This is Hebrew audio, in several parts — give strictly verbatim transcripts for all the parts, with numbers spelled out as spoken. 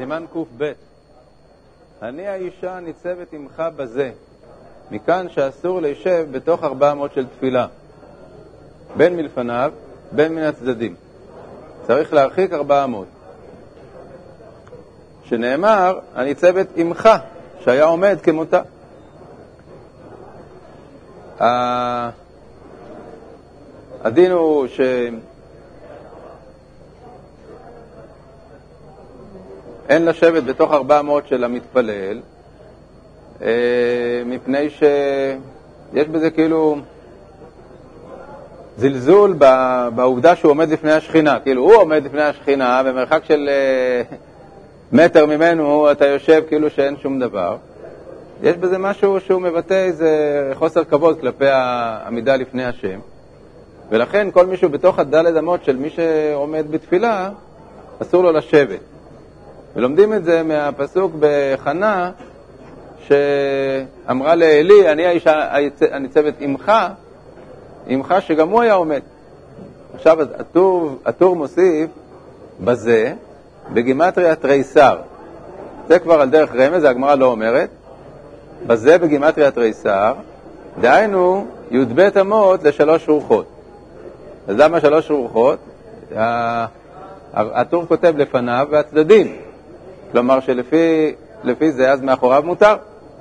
סימן קוף ב' אני האישה ניצבת עמך בזה, מכאן שאסור להישב בתוך ארבע מאות של תפילה, בין מלפניו, בין מן הצדדים. צריך להרחיק ארבע מאות. שנאמר, הניצבת עמך, שהיה עומד כמותה. הדין הוא ש... אין לשבת בתוך ארבע מאות של המתפלל, מפני שיש בזה כאילו זלזול בעובדה שהוא עומד לפני השכינה. כאילו הוא עומד לפני השכינה, במרחק של מטר ממנו אתה יושב כאילו שאין שום דבר. יש בזה משהו שהוא מבטא איזה חוסר כבוד כלפי העמידה לפני השם. ולכן כל מישהו בתוך הדלת אמות של מי שעומד בתפילה, אסור לו לשבת. ולומדים את זה מהפסוק בחנה, שאמרה לאלי, אני האישה הניצבת עמך, עמך שגם הוא היה עומד. עכשיו הטור, הטור מוסיף בזה, בגימטריה תריסר. זה כבר על דרך רמז, הגמרא לא אומרת. בזה בגימטריה תריסר, דהיינו י"ב אמות לשלוש רוחות. אז למה שלוש רוחות? הטור כותב לפניו והצדדים. כלומר שלפי לפי זה, אז מאחוריו מותר.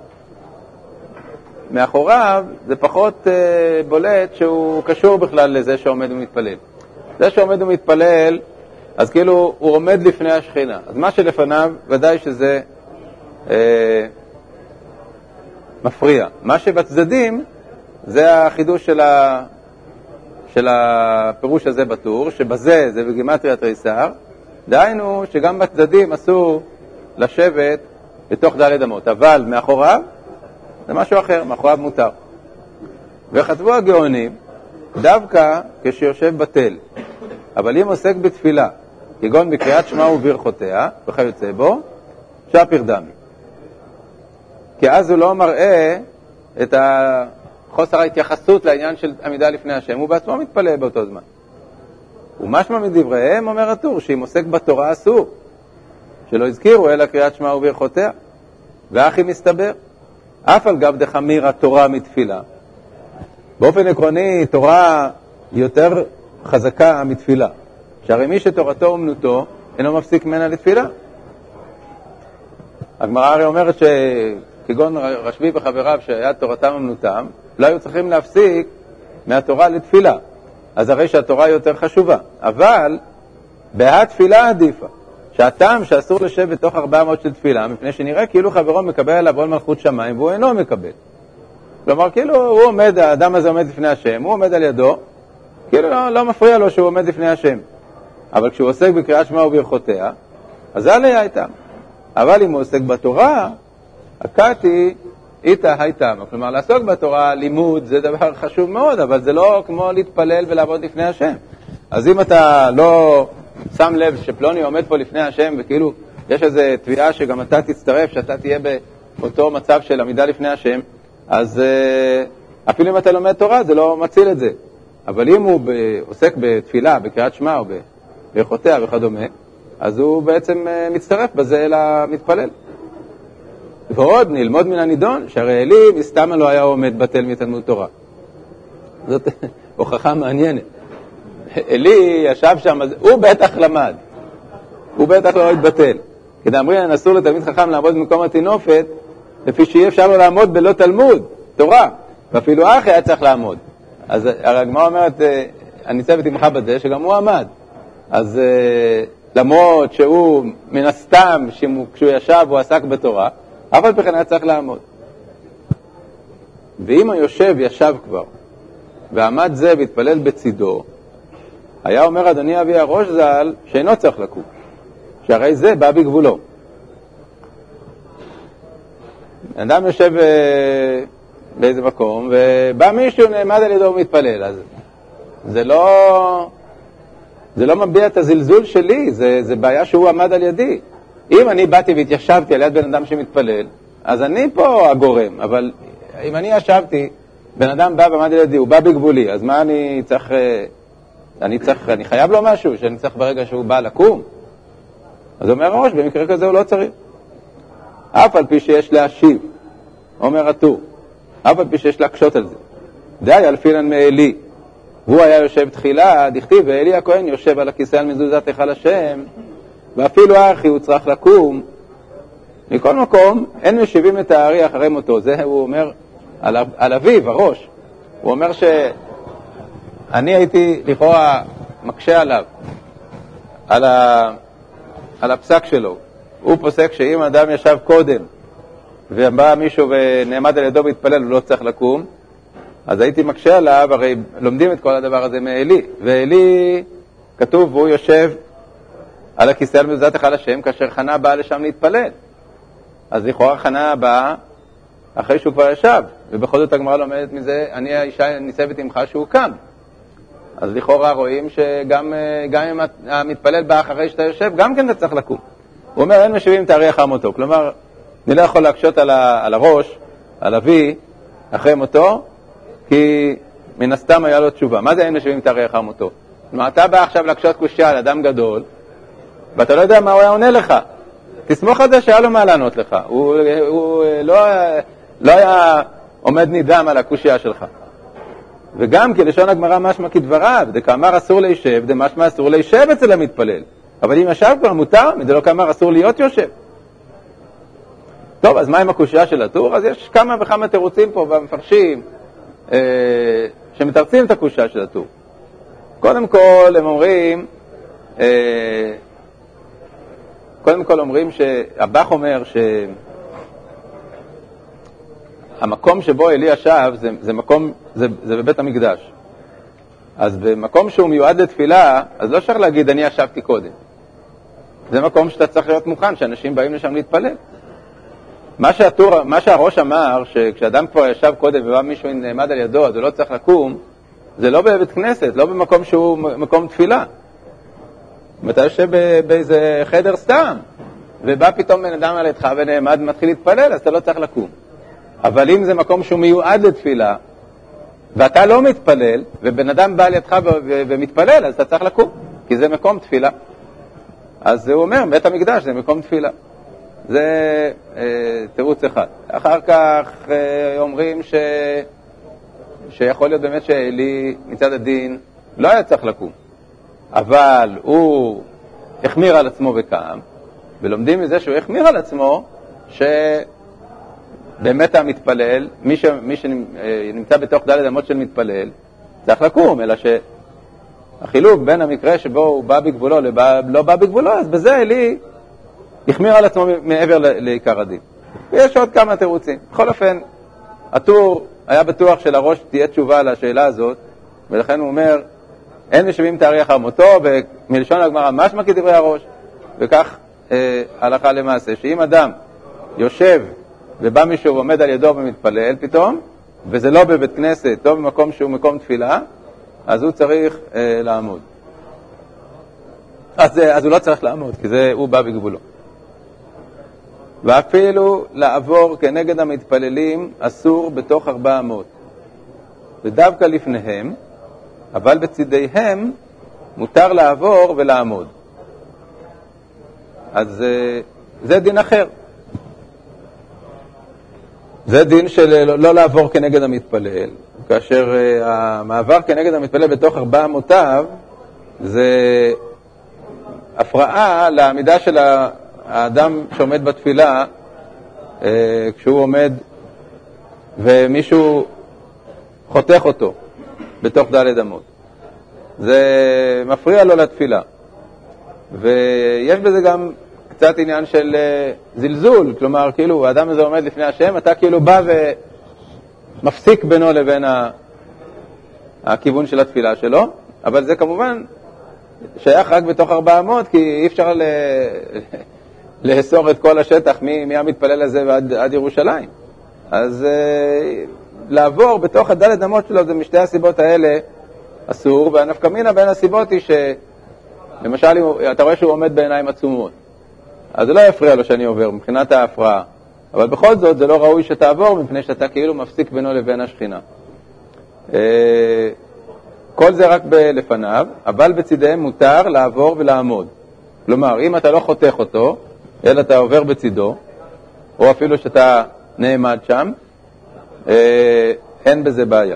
מאחוריו זה פחות אה, בולט שהוא קשור בכלל לזה שעומד ומתפלל. זה שעומד ומתפלל, אז כאילו הוא עומד לפני השכינה. אז מה שלפניו, ודאי שזה אה, מפריע. מה שבצדדים, זה החידוש של, ה, של הפירוש הזה בטור, שבזה זה בגימטריה תריסר, דהיינו שגם בצדדים אסור לשבת בתוך דלת אמות, אבל מאחוריו זה משהו אחר, מאחוריו מותר. וכתבו הגאונים, דווקא כשיושב בתל, אבל אם עוסק בתפילה, כגון בקריאת שמע וברכותיה, וכיוצא בו, שפיר דמי. כי אז הוא לא מראה את חוסר ההתייחסות לעניין של עמידה לפני השם, הוא בעצמו מתפלל באותו זמן. ומשמע מדבריהם אומר הטור, שאם עוסק בתורה אסור, שלא הזכירו אלא קריאת שמע וברכותיה, ואחי מסתבר, אף על גב דחמיר התורה מתפילה. באופן עקרוני, תורה יותר חזקה מתפילה, שהרי מי שתורתו אומנותו, אינו מפסיק ממנה לתפילה. הגמרא הרי אומרת שכגון רשב"י וחבריו שהיה תורתם אומנותם, לא היו צריכים להפסיק מהתורה לתפילה. אז הרי שהתורה יותר חשובה. אבל בהתפילה עדיפה, שהטעם שאסור לשבת בתוך ארבע מאות של תפילה, מפני שנראה כאילו חברו מקבל עליו עול מלכות שמיים, והוא אינו מקבל. כלומר, כאילו הוא עומד, האדם הזה עומד לפני השם, הוא עומד על ידו, כאילו לא, לא מפריע לו שהוא עומד לפני השם. אבל כשהוא עוסק בקריאת שמע וברכותיה, אז זה עליה איתם. אבל אם הוא עוסק בתורה, הקאתי איתה הייתם. כלומר, לעסוק בתורה, לימוד, זה דבר חשוב מאוד, אבל זה לא כמו להתפלל ולעבוד לפני השם. אז אם אתה לא שם לב שפלוני עומד פה לפני השם, וכאילו יש איזו תביעה שגם אתה תצטרף, שאתה תהיה באותו מצב של עמידה לפני השם, אז אפילו אם אתה לומד תורה, זה לא מציל את זה. אבל אם הוא עוסק בתפילה, בקריאת שמע או ברכותיה וכדומה, אז הוא בעצם מצטרף בזה למתפלל. ועוד נלמוד מן הנידון, שהרי אלי מסתמה לא היה עומד בטל מתלמוד תורה. זאת הוכחה מעניינת. אלי ישב שם, הוא בטח למד, הוא בטח לא התבטל. כדאמרין, אסור לתלמיד חכם לעמוד במקום התינופת, לפי שיהיה אפשר לו לעמוד בלא תלמוד, תורה, ואפילו אחי היה צריך לעמוד. אז הגמרא אומרת, הניצבת עמך בזה, שגם הוא עמד. אז למרות שהוא מן הסתם, כשהוא ישב הוא עסק בתורה, אבל בכן היה צריך לעמוד. ואם היושב ישב כבר, ועמד זה והתפלל בצידו, היה אומר אדוני אבי הראש ז"ל שאינו צריך לקום, שהרי זה בא בגבולו. אדם יושב באיזה מקום, ובא מישהו נעמד על ידו ומתפלל, אז זה לא, זה לא מביע את הזלזול שלי, זה, זה בעיה שהוא עמד על ידי. אם אני באתי והתיישבתי על יד בן אדם שמתפלל, אז אני פה הגורם, אבל אם אני ישבתי, בן אדם בא ועמד על ידי, הוא בא בגבולי, אז מה אני צריך, אני צריך, אני חייב לו משהו, שאני צריך ברגע שהוא בא לקום? אז אומר הראש, במקרה כזה הוא לא צריך. אף על פי שיש להשיב, אומר הטור, אף על פי שיש להקשות על זה. די על פילן מאלי. הוא היה יושב תחילה, דכתיב, ואלי הכהן יושב על הכיסא על מזוזת היכל השם, ואפילו האחי הוא צריך לקום. מכל מקום, אין משיבים את הארי אחרי מותו. זה הוא אומר על, על אביו, הראש. הוא אומר שאני הייתי לכאורה מקשה עליו, על, ה, על הפסק שלו. הוא פוסק שאם אדם ישב קודם, ובא מישהו ונעמד על ידו והתפלל, הוא לא צריך לקום, אז הייתי מקשה עליו, הרי לומדים את כל הדבר הזה מאלי. ואלי, כתוב, והוא יושב על הכיסא על מזוזת היכל השם, כאשר חנה באה לשם להתפלל. אז לכאורה חנה באה אחרי שהוא כבר ישב, ובכל זאת הגמרא לומדת מזה, אני האישה ניצבת עמך שהוא קם. אז לכאורה רואים שגם גם אם המתפלל בא אחרי שאתה יושב, גם כן אתה צריך לקום. הוא אומר, אין משיבים תארי אחר מותו. כלומר, אני לא יכול להקשות על, ה, על הראש, על אבי, אחרי מותו, כי מן הסתם היה לו תשובה. מה זה אין משיבים תארי אחר מותו? כלומר, אתה בא עכשיו להקשות קושיה על אדם גדול, ואתה לא יודע מה הוא היה עונה לך. תסמוך על זה שהיה לו מה לענות לך. הוא, הוא לא, לא היה עומד נידם על הקושיה שלך. וגם כי לשון הגמרא משמע כדבריו, דקאמר אסור להישב, דמשמע אסור להישב אצל המתפלל. אבל אם ישב כבר מותר, מדלא כאמר אסור להיות יושב. טוב, אז מה עם הקושיה של הטור? אז יש כמה וכמה תירוצים פה במפרשים אה, שמתרצים את הקושיה של הטור. קודם כל הם אומרים, אה, קודם כל אומרים שהבח אומר שהמקום שבו אלי ישב זה, זה מקום, זה, זה בבית המקדש. אז במקום שהוא מיועד לתפילה, אז לא צריך להגיד אני ישבתי קודם. זה מקום שאתה צריך להיות מוכן, שאנשים באים לשם להתפלל. מה שהטור, מה שהראש אמר, שכשאדם כבר ישב קודם ובא מישהו נעמד על ידו, אז הוא לא צריך לקום, זה לא בבית כנסת, לא במקום שהוא מקום תפילה. אם אתה יושב באיזה חדר סתם, ובא פתאום בן אדם על ידך ונעמד ומתחיל להתפלל, אז אתה לא צריך לקום. אבל אם זה מקום שהוא מיועד לתפילה, ואתה לא מתפלל, ובן אדם בא על ידך ומתפלל, אז אתה צריך לקום, כי זה מקום תפילה. אז הוא אומר, בית המקדש זה מקום תפילה. זה אה, תירוץ אחד. אחר כך אה, אומרים ש... שיכול להיות באמת שאלי מצד הדין לא היה צריך לקום, אבל הוא החמיר על עצמו וקם, ולומדים מזה שהוא החמיר על עצמו שבאמת המתפלל, מי, ש... מי שנמצא בתוך דלת אמות של מתפלל, צריך לקום, אלא שהחילוק בין המקרה שבו הוא בא בגבולו לבא, לא בא בגבולו, אז בזה אלי החמיר על עצמו מעבר לעיקר הדין. ויש עוד כמה תירוצים. בכל אופן, הטור היה בטוח שלראש תהיה תשובה לשאלה הזאת, ולכן הוא אומר, אין משיבים תארי אחר מותו, ומלשון הגמרא משמע כדברי הראש, וכך אה, הלכה למעשה, שאם אדם יושב ובא מישהו ועומד על ידו ומתפלל פתאום, וזה לא בבית כנסת, לא במקום שהוא מקום תפילה, אז הוא צריך אה, לעמוד. אז, אז הוא לא צריך לעמוד, כי זה הוא בא בגבולו. ואפילו לעבור כנגד המתפללים אסור בתוך ארבע אמות. ודווקא לפניהם, אבל בצדיהם מותר לעבור ולעמוד. אז זה דין אחר. זה דין של לא, לא לעבור כנגד המתפלל. כאשר המעבר כנגד המתפלל בתוך ארבע אמותיו, זה הפרעה לעמידה של האדם שעומד בתפילה, כשהוא עומד ומישהו חותך אותו בתוך דלת אמות. זה מפריע לו לתפילה. ויש בזה גם קצת עניין של זלזול, כלומר, כאילו, האדם הזה עומד לפני השם, אתה כאילו בא ומפסיק בינו לבין הכיוון של התפילה שלו, אבל זה כמובן שייך רק בתוך ארבע אמות, כי אי אפשר ל... לאסור את כל השטח מהמתפלל הזה ועד עד ירושלים. אז uh, לעבור בתוך הדלת אמות שלו זה משתי הסיבות האלה אסור, והנפקא מינה בין הסיבות היא שלמשל אתה רואה שהוא עומד בעיניים עצומות, אז זה לא יפריע לו שאני עובר מבחינת ההפרעה, אבל בכל זאת זה לא ראוי שתעבור מפני שאתה כאילו מפסיק בינו לבין השכינה. Uh, כל זה רק לפניו, אבל בצדיהם מותר לעבור ולעמוד. כלומר, אם אתה לא חותך אותו, אלא אתה עובר בצידו, או אפילו שאתה נעמד שם, אה, אין בזה בעיה.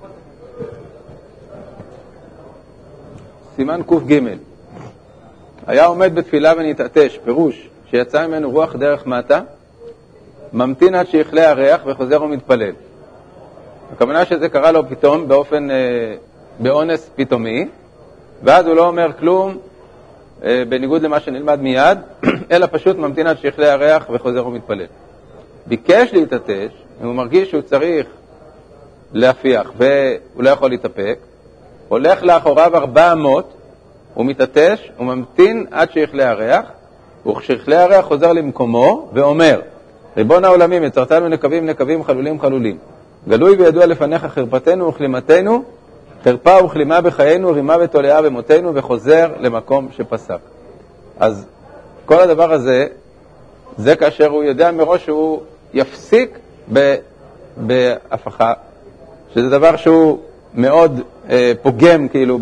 סימן קוף ג' היה עומד בתפילה ונתעטש, פירוש שיצא ממנו רוח דרך מטה, ממתין עד שיכלה הריח וחוזר ומתפלל. הכוונה שזה קרה לו פתאום באופן, אה, באונס פתאומי, ואז הוא לא אומר כלום, אה, בניגוד למה שנלמד מיד, אלא פשוט ממתין עד שיכלה הריח וחוזר ומתפלל. ביקש להתעטש, הוא מרגיש שהוא צריך להפיח והוא לא יכול להתאפק, הולך לאחוריו ארבע אמות, הוא מתעטש, הוא ממתין עד שיכלה הריח, וכשיכלה הריח חוזר למקומו ואומר, ריבון העולמים, יצרתנו נקבים נקבים חלולים חלולים. גלוי וידוע לפניך חרפתנו וכלימתנו, חרפה וכלימה בחיינו, רימה ותולעה במותינו, וחוזר למקום שפסק. אז כל הדבר הזה, זה כאשר הוא יודע מראש שהוא יפסיק בהפכה, שזה דבר שהוא מאוד אה, פוגם כאילו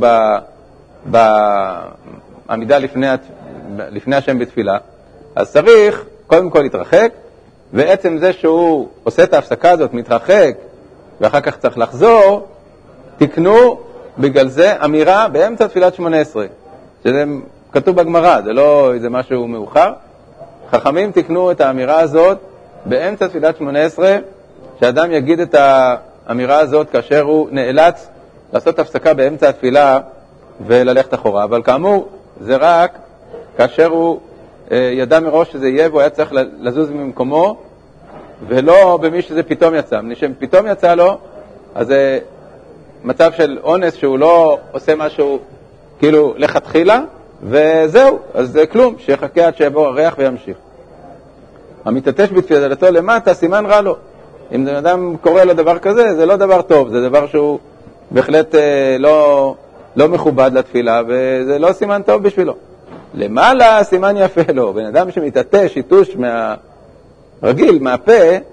בעמידה לפני, לפני השם בתפילה. אז צריך קודם כל להתרחק, ועצם זה שהוא עושה את ההפסקה הזאת, מתרחק, ואחר כך צריך לחזור, תקנו בגלל זה אמירה באמצע תפילת שמונה עשרה, שזה כתוב בגמרא, זה לא איזה משהו מאוחר. חכמים תקנו את האמירה הזאת באמצע תפילת שמונה עשרה, שאדם יגיד את האמירה הזאת כאשר הוא נאלץ לעשות הפסקה באמצע התפילה וללכת אחורה. אבל כאמור, זה רק כאשר הוא ידע מראש שזה יהיה והוא היה צריך לזוז ממקומו, ולא במי שזה פתאום יצא. משם פתאום יצא לו, אז זה מצב של אונס שהוא לא עושה משהו כאילו לכתחילה, וזהו, אז זה כלום, שיחכה עד שיבוא הריח וימשיך. המתעטש בתפילתו למטה, סימן רע לו. אם בן אדם קורא לו דבר כזה, זה לא דבר טוב, זה דבר שהוא בהחלט אה, לא, לא מכובד לתפילה, וזה לא סימן טוב בשבילו. למעלה סימן יפה לו. בן אדם שמתעטש, שיטוש מהרגיל, מהפה,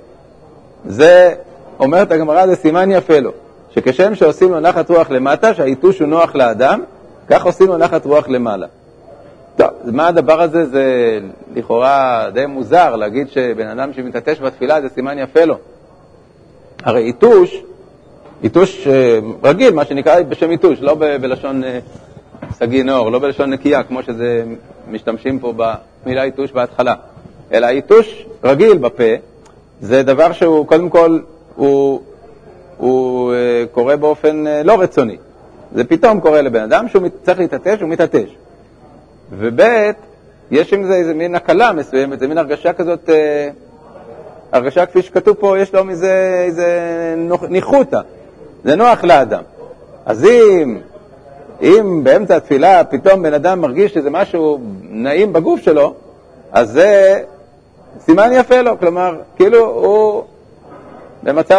זה, אומרת הגמרא, זה סימן יפה לו. שכשם שעושים לו נחת רוח למטה, שהעיטוש הוא נוח לאדם, כך עושים לו נחת רוח למעלה. טוב, מה הדבר הזה? זה לכאורה די מוזר להגיד שבן אדם שמתעטש בתפילה זה סימן יפה לו. הרי עיטוש, עיטוש רגיל, מה שנקרא בשם עיטוש, לא ב- בלשון סגי נור, לא בלשון נקייה, כמו שזה משתמשים פה במילה עיטוש בהתחלה. אלא עיטוש רגיל בפה, זה דבר שהוא קודם כל, הוא, הוא קורה באופן לא רצוני. זה פתאום קורה לבן אדם שהוא צריך להתעטש, הוא מתעטש. ובית, יש עם זה איזה מין הקלה מסוימת, זה מין הרגשה כזאת, אה, הרגשה כפי שכתוב פה, יש לו מזה איזה ניחותה, זה נוח לאדם. אז אם, אם באמצע התפילה פתאום בן אדם מרגיש שזה משהו נעים בגוף שלו, אז זה סימן יפה לו, כלומר, כאילו הוא במצב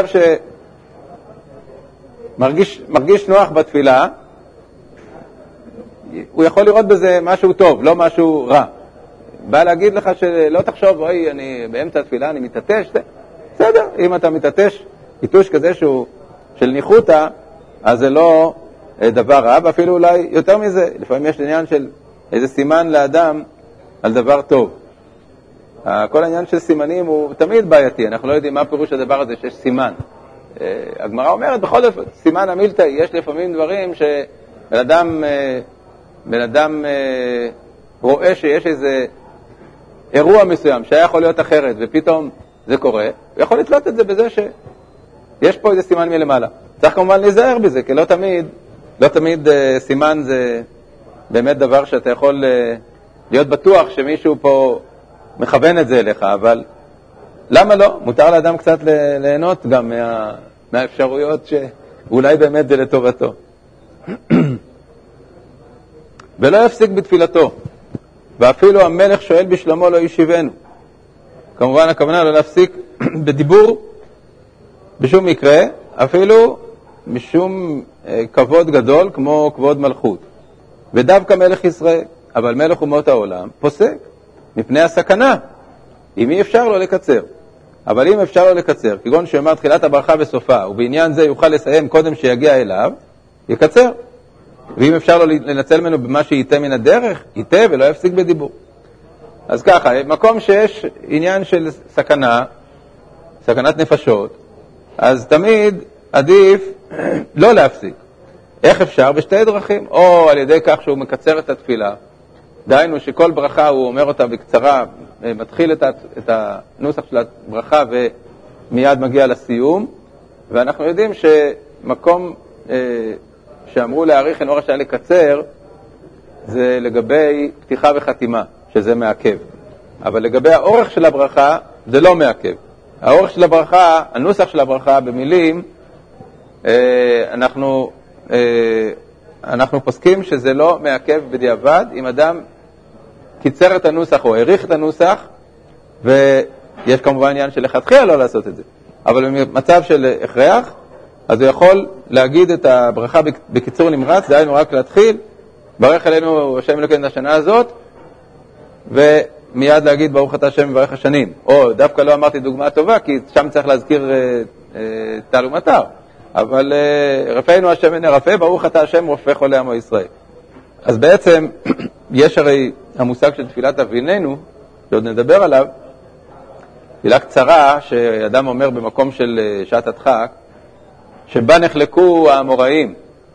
שמרגיש מרגיש נוח בתפילה, הוא יכול לראות בזה משהו טוב, לא משהו רע. בא להגיד לך שלא תחשוב, אוי, אני באמצע התפילה, אני מתעטש. בסדר, אם אתה מתעטש, עיטוש כזה שהוא של ניחותה, אז זה לא דבר רע, ואפילו אולי יותר מזה, לפעמים יש עניין של איזה סימן לאדם על דבר טוב. כל העניין של סימנים הוא תמיד בעייתי, אנחנו לא יודעים מה פירוש הדבר הזה שיש סימן. הגמרא אומרת, בכל זאת, סימן המילתא, יש לפעמים דברים שבן אדם... בן אדם אה, רואה שיש איזה אירוע מסוים שהיה יכול להיות אחרת, ופתאום זה קורה, הוא יכול לתלות את זה בזה שיש פה איזה סימן מלמעלה. צריך כמובן להיזהר בזה, כי לא תמיד, לא תמיד אה, סימן זה באמת דבר שאתה יכול אה, להיות בטוח שמישהו פה מכוון את זה אליך, אבל למה לא? מותר לאדם קצת ליהנות גם מה, מהאפשרויות שאולי באמת זה לטובתו. ולא יפסיק בתפילתו, ואפילו המלך שואל בשלמה לא ישיבנו. כמובן הכוונה לא להפסיק בדיבור בשום מקרה, אפילו משום כבוד גדול כמו כבוד מלכות. ודווקא מלך ישראל, אבל מלך אומות העולם, פוסק מפני הסכנה, אם אי אפשר לו לקצר. אבל אם אפשר לו לקצר, כגון שאומר תחילת הברכה וסופה, ובעניין זה יוכל לסיים קודם שיגיע אליו, יקצר. ואם אפשר לו לנצל ממנו במה שייתה מן הדרך, ייתה ולא יפסיק בדיבור. אז ככה, מקום שיש עניין של סכנה, סכנת נפשות, אז תמיד עדיף לא להפסיק. איך אפשר? בשתי דרכים, או על ידי כך שהוא מקצר את התפילה, דהיינו שכל ברכה הוא אומר אותה בקצרה, מתחיל את הנוסח של הברכה ומיד מגיע לסיום, ואנחנו יודעים שמקום שאמרו להאריך אין אורש היה לקצר, זה לגבי פתיחה וחתימה, שזה מעכב. אבל לגבי האורך של הברכה, זה לא מעכב. האורך של הברכה, הנוסח של הברכה במילים, אנחנו, אנחנו פוסקים שזה לא מעכב בדיעבד, אם אדם קיצר את הנוסח או העריך את הנוסח, ויש כמובן עניין של לכתחילה לא לעשות את זה. אבל במצב של הכרח, אז הוא יכול להגיד את הברכה בקיצור נמרץ, דהיינו רק להתחיל, ברך אלינו השם אלוקינו השנה הזאת, ומיד להגיד ברוך אתה השם מברך השנים. או דווקא לא אמרתי דוגמה טובה, כי שם צריך להזכיר טל ומטר. אבל רפאנו השם ונרפא, ברוך אתה השם רופא חולי עמו ישראל. אז בעצם יש הרי המושג של תפילת אביננו, שעוד נדבר עליו, תפילה קצרה שאדם אומר במקום של שעת הדחק, שבה נחלקו האמוראים.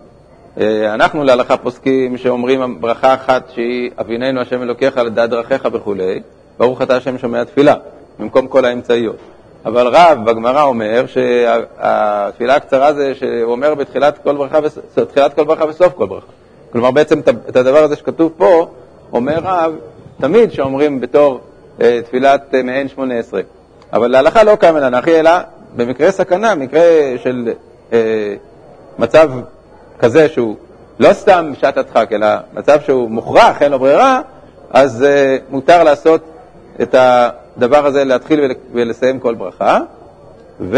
אנחנו להלכה פוסקים שאומרים ברכה אחת שהיא אביננו השם אלוקיך לדעת דרכיך וכו', ברוך אתה השם שומע תפילה, במקום כל האמצעיות. אבל רב בגמרא אומר שהתפילה הקצרה זה שהוא אומר בתחילת כל ברכה, תחילת כל ברכה וסוף כל ברכה. כלומר בעצם את הדבר הזה שכתוב פה, אומר רב תמיד שאומרים בתור תפילת מעין שמונה עשרה. אבל להלכה לא קם אלא אחי, אלא במקרה סכנה, מקרה של אה, מצב כזה שהוא לא סתם שעת הדחק, אלא מצב שהוא מוכרח, אין לו ברירה, אז אה, מותר לעשות את הדבר הזה, להתחיל ולסיים כל ברכה, ו,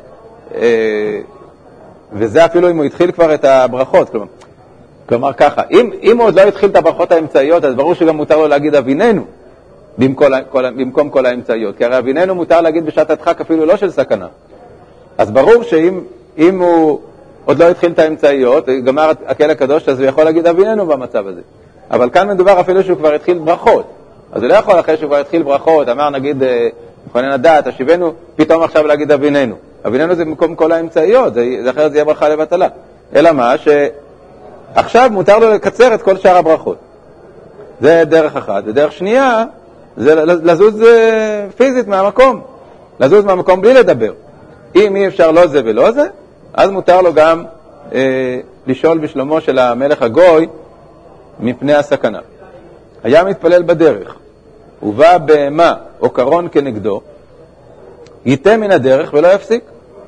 אה, וזה אפילו אם הוא התחיל כבר את הברכות. כלומר, כלומר ככה, אם, אם הוא עוד לא התחיל את הברכות האמצעיות, אז ברור שגם מותר לו להגיד אביננו, במקום כל, במקום כל האמצעיות, כי הרי אביננו מותר להגיד בשעת הדחק אפילו לא של סכנה. אז ברור שאם אם הוא עוד לא התחיל את האמצעיות, גמר הקהל הקדוש, אז הוא יכול להגיד אביננו במצב הזה. אבל כאן מדובר אפילו שהוא כבר התחיל ברכות. אז הוא לא יכול אחרי שהוא כבר התחיל ברכות, אמר נגיד, נכונן הדעת, השיבנו, פתאום עכשיו להגיד אביננו. אביננו זה במקום כל האמצעיות, זה, זה אחרת זה יהיה ברכה לבטלה. אלא מה? שעכשיו מותר לו לקצר את כל שאר הברכות. זה דרך אחת. ודרך שנייה, זה לזוז פיזית מהמקום. לזוז מהמקום בלי לדבר. אם אי אפשר לא זה ולא זה, אז מותר לו גם אה, לשאול בשלומו של המלך הגוי מפני הסכנה. היה מתפלל בדרך, ובא בהמה או קרון כנגדו, ייתה מן הדרך ולא יפסיק.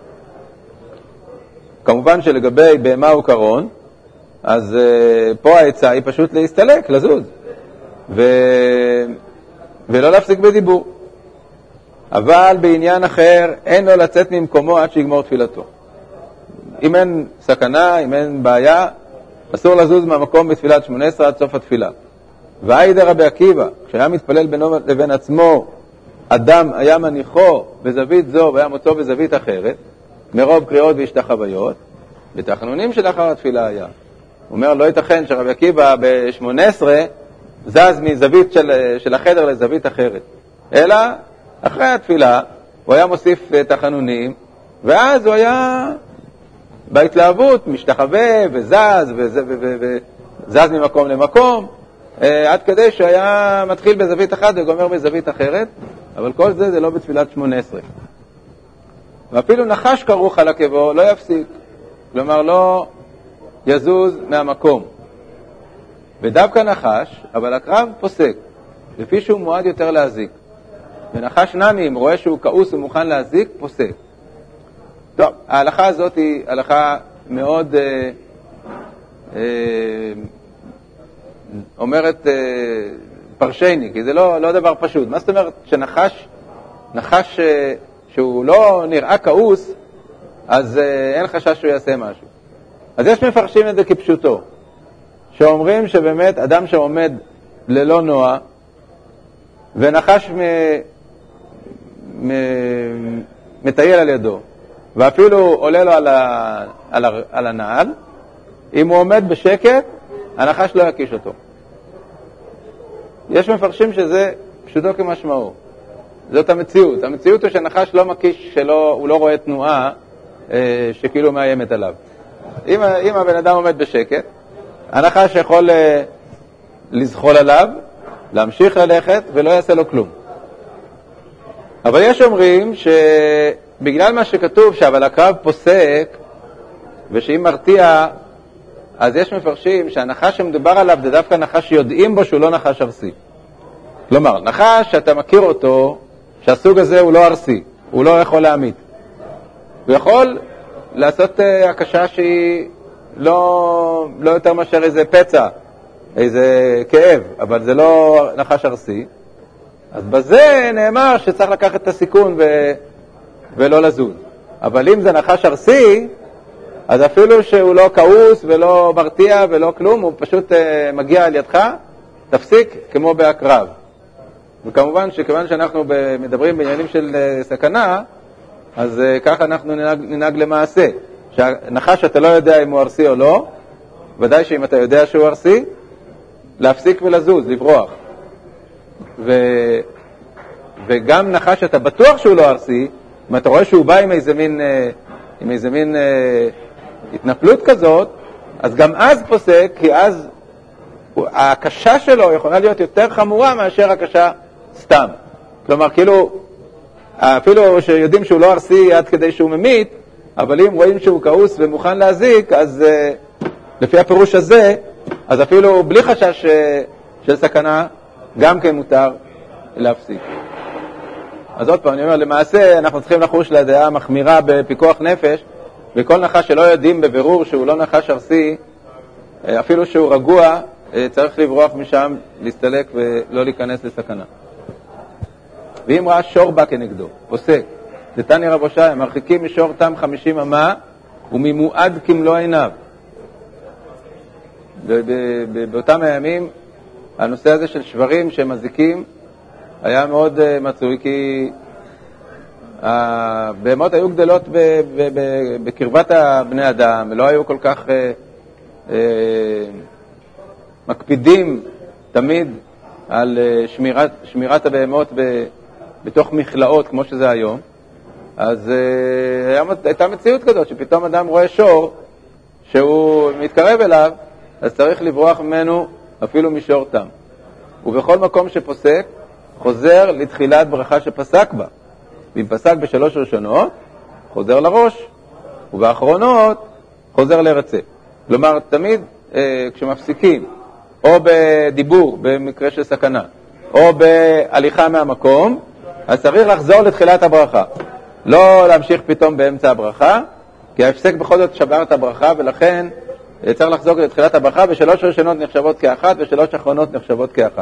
כמובן שלגבי בהמה או קרון, אז אה, פה העצה היא פשוט להסתלק, לזוז, ו... ולא להפסיק בדיבור. אבל בעניין אחר אין לו לצאת ממקומו עד שיגמור תפילתו. אם אין סכנה, אם אין בעיה, אסור לזוז מהמקום בתפילת שמונה עשרה עד סוף התפילה. והיידה רבי עקיבא, כשהיה מתפלל בינו לבין עצמו, אדם היה מניחו בזווית זו והיה מוצאו בזווית אחרת, מרוב קריאות והשתחוויות, בתחנונים שלאחר התפילה היה. הוא אומר, לא ייתכן שרבי עקיבא ב-שמונה עשרה זז מזווית של, של החדר לזווית אחרת. אלא אחרי התפילה הוא היה מוסיף תחנונים, ואז הוא היה בהתלהבות משתחווה וזז וזז, וזז ממקום למקום, עד כדי שהיה מתחיל בזווית אחת וגומר בזווית אחרת, אבל כל זה זה לא בתפילת שמונה עשרה. ואפילו נחש כרוך על עקבו לא יפסיק, כלומר לא יזוז מהמקום. ודווקא נחש, אבל הקרב פוסק, לפי שהוא מועד יותר להזיק. ונחש נמי, אם רואה שהוא כעוס ומוכן להזיק, פוסק. טוב, ההלכה הזאת היא הלכה מאוד אה, אה, אומרת אה, פרשני, כי זה לא, לא דבר פשוט. מה זאת אומרת שנחש, נחש אה, שהוא לא נראה כעוס, אז אה, אין חשש שהוא יעשה משהו. אז יש מפרשים את זה כפשוטו, שאומרים שבאמת אדם שעומד ללא נוע, ונחש מ... מ... מטייל על ידו, ואפילו עולה לו על, ה... על, ה... על הנעל, אם הוא עומד בשקט, הנחש לא יקיש אותו. יש מפרשים שזה פשוטו כמשמעו. זאת המציאות. המציאות הוא שהנחש לא מקיש, שלא, הוא לא רואה תנועה אה, שכאילו מאיימת עליו. אם, אם הבן אדם עומד בשקט, הנחש יכול אה, לזחול עליו, להמשיך ללכת ולא יעשה לו כלום. אבל יש אומרים שבגלל מה שכתוב שאבל הקרב פוסק ושאם מרתיע, אז יש מפרשים שהנחש שמדובר עליו זה דווקא נחש שיודעים בו שהוא לא נחש ארסי. כלומר, נחש שאתה מכיר אותו, שהסוג הזה הוא לא ארסי, הוא לא יכול להעמיד. הוא יכול לעשות uh, הקשה שהיא לא, לא יותר מאשר איזה פצע, איזה כאב, אבל זה לא נחש ארסי. אז בזה נאמר שצריך לקחת את הסיכון ו... ולא לזוז. אבל אם זה נחש ארסי, אז אפילו שהוא לא כעוס ולא מרתיע ולא כלום, הוא פשוט uh, מגיע על ידך, תפסיק כמו בהקרב. וכמובן שכיוון שאנחנו מדברים בעניינים של uh, סכנה, אז uh, ככה אנחנו ננהג, ננהג למעשה. שהנחש אתה לא יודע אם הוא ארסי או לא, ודאי שאם אתה יודע שהוא ארסי, להפסיק ולזוז, לברוח. ו... וגם נחש אתה בטוח שהוא לא ארסי, אם אתה רואה שהוא בא עם איזה מין, עם איזה מין התנפלות כזאת, אז גם אז פוסק, כי אז הקשה שלו יכולה להיות יותר חמורה מאשר הקשה סתם. כלומר, כאילו, אפילו שיודעים שהוא לא ארסי עד כדי שהוא ממית, אבל אם רואים שהוא כעוס ומוכן להזיק, אז לפי הפירוש הזה, אז אפילו בלי חשש של סכנה, גם כן מותר להפסיק. אז עוד פעם, אני אומר, למעשה אנחנו צריכים לחוש לדעה המחמירה בפיקוח נפש, וכל נחש שלא יודעים בבירור שהוא לא נחש ארסי, אפילו שהוא רגוע, צריך לברוח משם, להסתלק ולא להיכנס לסכנה. ואם ראה שור בא כנגדו, פוסק, תתני רב הושע, מרחיקים משור תם חמישים אמה, וממועד כמלוא עיניו. באותם הימים, הנושא הזה של שברים שהם מזיקים, היה מאוד uh, מצוי, כי הבהמות היו גדלות ב- ב- ב- בקרבת הבני אדם, ולא היו כל כך uh, uh, מקפידים תמיד על uh, שמירת, שמירת הבהמות ב- בתוך מכלאות, כמו שזה היום. אז uh, היה, הייתה מציאות כזאת, שפתאום אדם רואה שור שהוא מתקרב אליו, אז צריך לברוח ממנו אפילו משור תם. ובכל מקום שפוסק, חוזר לתחילת ברכה שפסק בה. ואם פסק בשלוש ראשונות, חוזר לראש, ובאחרונות חוזר לרצה. כלומר, תמיד אה, כשמפסיקים, או בדיבור במקרה של סכנה, או בהליכה מהמקום, אז צריך לחזור לתחילת הברכה. לא להמשיך פתאום באמצע הברכה, כי ההפסק בכל זאת שבר את הברכה, ולכן אה, צריך לחזור לתחילת הברכה, ושלוש ראשונות נחשבות כאחת, ושלוש אחרונות נחשבות כאחת.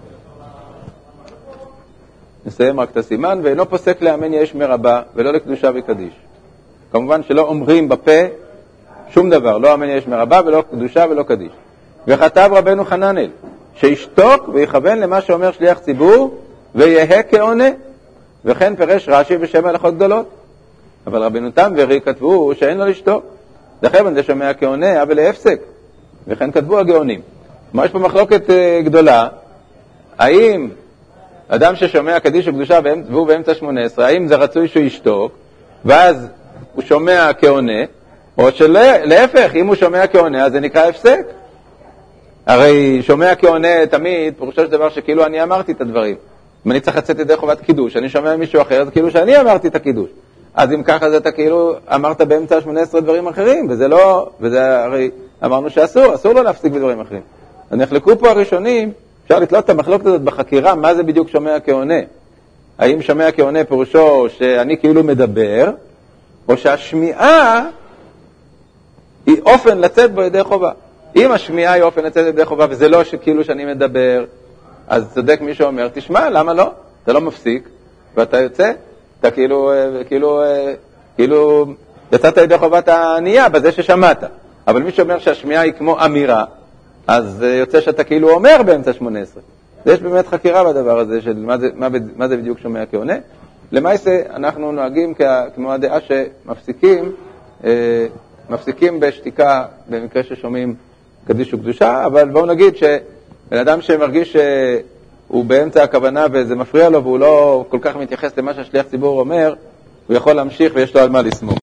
נסיים רק את הסימן, ואינו פוסק לאמן יש מרבה, ולא לקדושה וקדיש. כמובן שלא אומרים בפה שום דבר, לא אמן יש מרבה, ולא קדושה ולא קדיש. וכתב רבנו חננאל, שישתוק ויכוון למה שאומר שליח ציבור, ויהיה כעונה, וכן פרש רש"י בשם הלכות גדולות. אבל רבנו תם ורי כתבו שאין לו לשתוק. לכן זה שומע כעונה, אבל להפסק. וכן כתבו הגאונים. מה יש פה מחלוקת גדולה, האם אדם ששומע קדיש וקדושה והוא באמצע שמונה עשרה, האם זה רצוי שהוא ישתוק, ואז הוא שומע כעונה, או שלהפך, אם הוא שומע כעונה, אז זה נקרא הפסק. הרי שומע כעונה תמיד, פירושו של דבר שכאילו אני אמרתי את הדברים. אם אני צריך לצאת ידי חובת קידוש, אני שומע מישהו אחר, אז כאילו שאני אמרתי את הקידוש. אז אם ככה זה אתה כאילו אמרת באמצע שמונה עשרה דברים אחרים, וזה לא, וזה הרי אמרנו שאסור, אסור לא להפסיק בדברים אחרים. אז נחלקו פה הראשונים, אפשר לתלות את המחלוקת הזאת בחקירה, מה זה בדיוק שומע כעונה? האם שומע כעונה פירושו שאני כאילו מדבר, או שהשמיעה היא אופן לצאת בו ידי חובה. אם השמיעה היא אופן לצאת ידי חובה, וזה לא שכאילו שאני מדבר, אז צודק מי שאומר, תשמע, למה לא? אתה לא מפסיק, ואתה יוצא, אתה כאילו, כאילו, כאילו, יצאת ידי חובת הענייה בזה ששמעת. אבל מי שאומר שהשמיעה היא כמו אמירה, אז יוצא שאתה כאילו אומר באמצע שמונה עשרה. יש באמת חקירה בדבר הזה של מה זה, מה, מה זה בדיוק שומע כעונה. למעשה אנחנו נוהגים כמו הדעה שמפסיקים אה, מפסיקים בשתיקה במקרה ששומעים קדיש וקדושה, אבל בואו נגיד שבן אדם שמרגיש שהוא באמצע הכוונה וזה מפריע לו והוא לא כל כך מתייחס למה שהשליח ציבור אומר, הוא יכול להמשיך ויש לו על מה לסמוך.